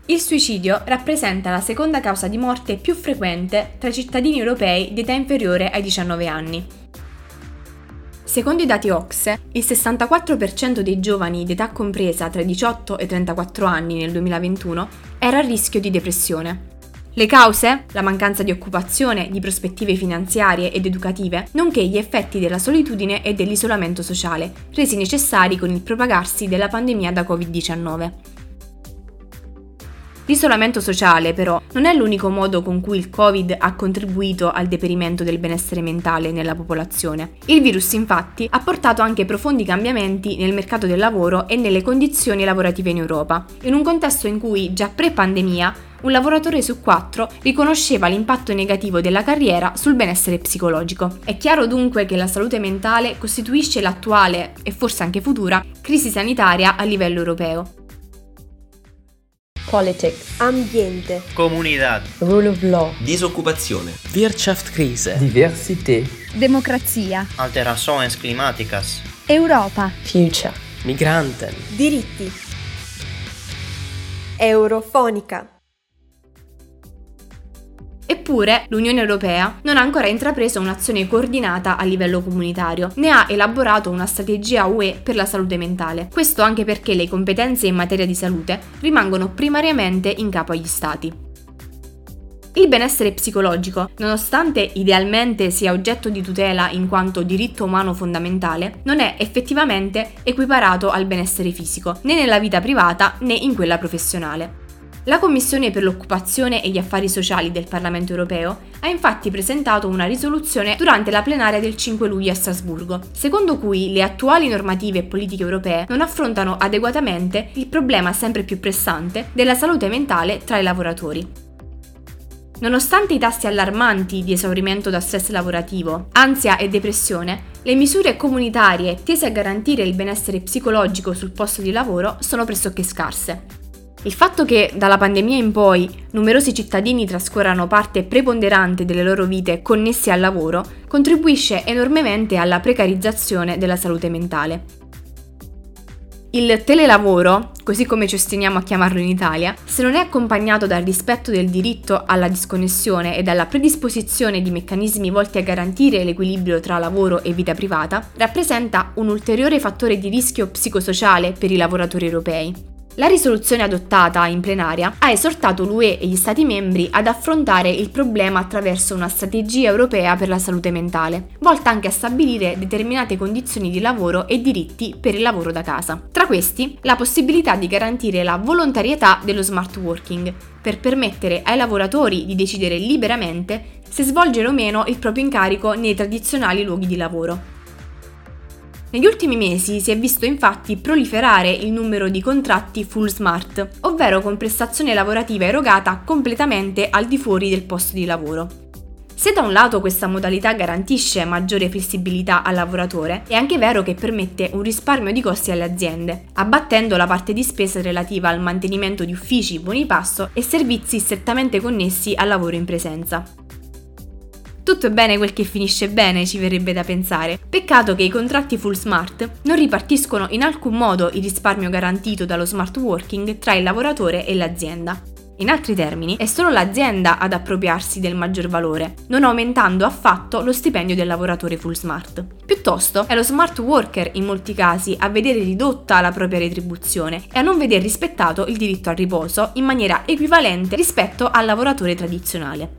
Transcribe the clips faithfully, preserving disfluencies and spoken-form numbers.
Il suicidio rappresenta la seconda causa di morte più frequente tra i cittadini europei di età inferiore ai diciannove anni. Secondo i dati O C S E, il sessantaquattro per cento dei giovani di età compresa tra i diciotto e i trentaquattro anni nel duemilaventuno era a rischio di depressione. Le cause? La mancanza di occupazione, di prospettive finanziarie ed educative, nonché gli effetti della solitudine e dell'isolamento sociale, resi necessari con il propagarsi della pandemia da covid diciannove. L'isolamento sociale, però, non è l'unico modo con cui il Covid ha contribuito al deperimento del benessere mentale nella popolazione. Il virus, infatti, ha portato anche profondi cambiamenti nel mercato del lavoro e nelle condizioni lavorative in Europa, in un contesto in cui, già pre-pandemia, un lavoratore su quattro riconosceva l'impatto negativo della carriera sul benessere psicologico. È chiaro dunque che la salute mentale costituisce l'attuale, e forse anche futura, crisi sanitaria a livello europeo. Politics, ambiente, comunità, rule of law, disoccupazione, Wirtschaftskrise, diversità, democrazia, alterações climáticas, Europa, future, migranten, diritti, eurofonica. Eppure, l'Unione Europea non ha ancora intrapreso un'azione coordinata a livello comunitario, né ha elaborato una strategia U E per la salute mentale. Questo anche perché le competenze in materia di salute rimangono primariamente in capo agli Stati. Il benessere psicologico, nonostante idealmente sia oggetto di tutela in quanto diritto umano fondamentale, non è effettivamente equiparato al benessere fisico, né nella vita privata né in quella professionale. La Commissione per l'Occupazione e gli Affari Sociali del Parlamento Europeo ha infatti presentato una risoluzione durante la plenaria del cinque luglio a Strasburgo, secondo cui le attuali normative e politiche europee non affrontano adeguatamente il problema sempre più pressante della salute mentale tra i lavoratori. Nonostante i tassi allarmanti di esaurimento da stress lavorativo, ansia e depressione, le misure comunitarie tese a garantire il benessere psicologico sul posto di lavoro sono pressoché scarse. Il fatto che dalla pandemia in poi numerosi cittadini trascorrano parte preponderante delle loro vite connesse al lavoro contribuisce enormemente alla precarizzazione della salute mentale. Il telelavoro, così come ci ostiniamo a chiamarlo in Italia, se non è accompagnato dal rispetto del diritto alla disconnessione e dalla predisposizione di meccanismi volti a garantire l'equilibrio tra lavoro e vita privata, rappresenta un ulteriore fattore di rischio psicosociale per i lavoratori europei. La risoluzione adottata in plenaria ha esortato l'U E e gli Stati membri ad affrontare il problema attraverso una strategia europea per la salute mentale, volta anche a stabilire determinate condizioni di lavoro e diritti per il lavoro da casa. Tra questi, la possibilità di garantire la volontarietà dello smart working, per permettere ai lavoratori di decidere liberamente se svolgere o meno il proprio incarico nei tradizionali luoghi di lavoro. Negli ultimi mesi si è visto infatti proliferare il numero di contratti full smart, ovvero con prestazione lavorativa erogata completamente al di fuori del posto di lavoro. Se da un lato questa modalità garantisce maggiore flessibilità al lavoratore, è anche vero che permette un risparmio di costi alle aziende, abbattendo la parte di spesa relativa al mantenimento di uffici, buoni pasto e servizi strettamente connessi al lavoro in presenza. Tutto è bene quel che finisce bene, ci verrebbe da pensare. Peccato che i contratti full smart non ripartiscono in alcun modo il risparmio garantito dallo smart working tra il lavoratore e l'azienda. In altri termini, è solo l'azienda ad appropriarsi del maggior valore, non aumentando affatto lo stipendio del lavoratore full smart. Piuttosto è lo smart worker in molti casi a vedere ridotta la propria retribuzione e a non veder rispettato il diritto al riposo in maniera equivalente rispetto al lavoratore tradizionale.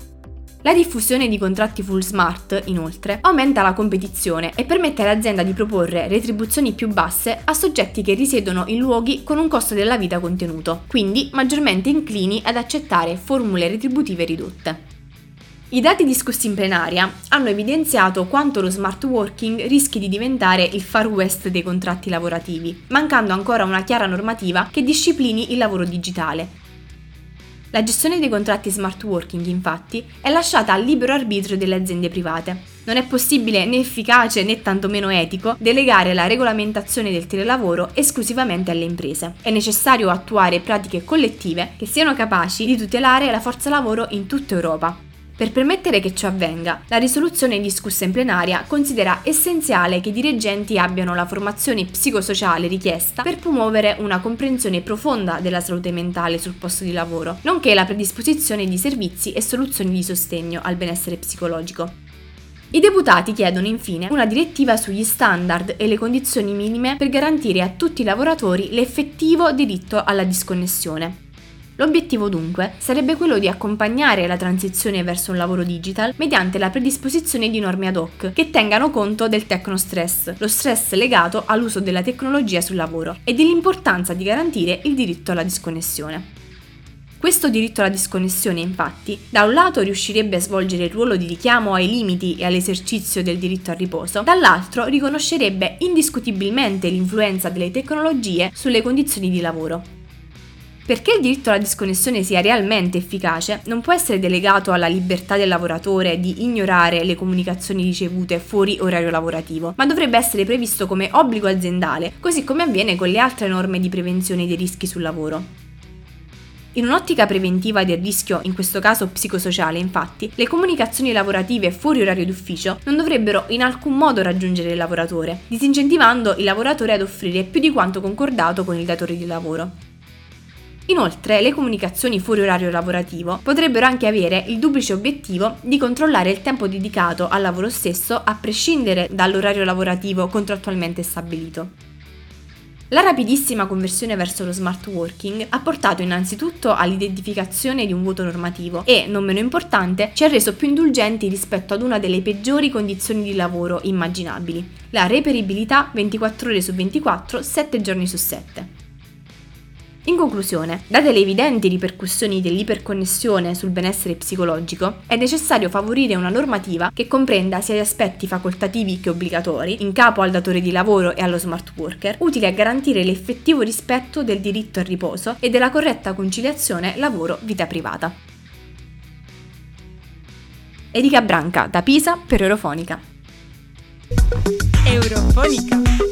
La diffusione di contratti full smart, inoltre, aumenta la competizione e permette all'azienda di proporre retribuzioni più basse a soggetti che risiedono in luoghi con un costo della vita contenuto, quindi maggiormente inclini ad accettare formule retributive ridotte. I dati discussi in plenaria hanno evidenziato quanto lo smart working rischi di diventare il far west dei contratti lavorativi, mancando ancora una chiara normativa che disciplini il lavoro digitale. La gestione dei contratti smart working, infatti, è lasciata al libero arbitrio delle aziende private. Non è possibile né efficace né tantomeno etico delegare la regolamentazione del telelavoro esclusivamente alle imprese. È necessario attuare pratiche collettive che siano capaci di tutelare la forza lavoro in tutta Europa. Per permettere che ciò avvenga, la risoluzione discussa in plenaria considera essenziale che i dirigenti abbiano la formazione psicosociale richiesta per promuovere una comprensione profonda della salute mentale sul posto di lavoro, nonché la predisposizione di servizi e soluzioni di sostegno al benessere psicologico. I deputati chiedono infine una direttiva sugli standard e le condizioni minime per garantire a tutti i lavoratori l'effettivo diritto alla disconnessione. L'obiettivo dunque sarebbe quello di accompagnare la transizione verso un lavoro digital mediante la predisposizione di norme ad hoc che tengano conto del tecnostress, lo stress legato all'uso della tecnologia sul lavoro, e dell'importanza di garantire il diritto alla disconnessione. Questo diritto alla disconnessione, infatti, da un lato riuscirebbe a svolgere il ruolo di richiamo ai limiti e all'esercizio del diritto al riposo, dall'altro riconoscerebbe indiscutibilmente l'influenza delle tecnologie sulle condizioni di lavoro. Perché il diritto alla disconnessione sia realmente efficace, non può essere delegato alla libertà del lavoratore di ignorare le comunicazioni ricevute fuori orario lavorativo, ma dovrebbe essere previsto come obbligo aziendale, così come avviene con le altre norme di prevenzione dei rischi sul lavoro. In un'ottica preventiva del rischio, in questo caso psicosociale, infatti, le comunicazioni lavorative fuori orario d'ufficio non dovrebbero in alcun modo raggiungere il lavoratore, disincentivando il lavoratore ad offrire più di quanto concordato con il datore di lavoro. Inoltre, le comunicazioni fuori orario lavorativo potrebbero anche avere il duplice obiettivo di controllare il tempo dedicato al lavoro stesso a prescindere dall'orario lavorativo contrattualmente stabilito. La rapidissima conversione verso lo smart working ha portato innanzitutto all'identificazione di un vuoto normativo e, non meno importante, ci ha reso più indulgenti rispetto ad una delle peggiori condizioni di lavoro immaginabili, la reperibilità ventiquattro ore su ventiquattro, sette giorni su sette. In conclusione, date le evidenti ripercussioni dell'iperconnessione sul benessere psicologico, è necessario favorire una normativa che comprenda sia gli aspetti facoltativi che obbligatori, in capo al datore di lavoro e allo smart worker, utili a garantire l'effettivo rispetto del diritto al riposo e della corretta conciliazione lavoro-vita privata. Erika Branca, da Pisa per Eurofonica. Eurofonica.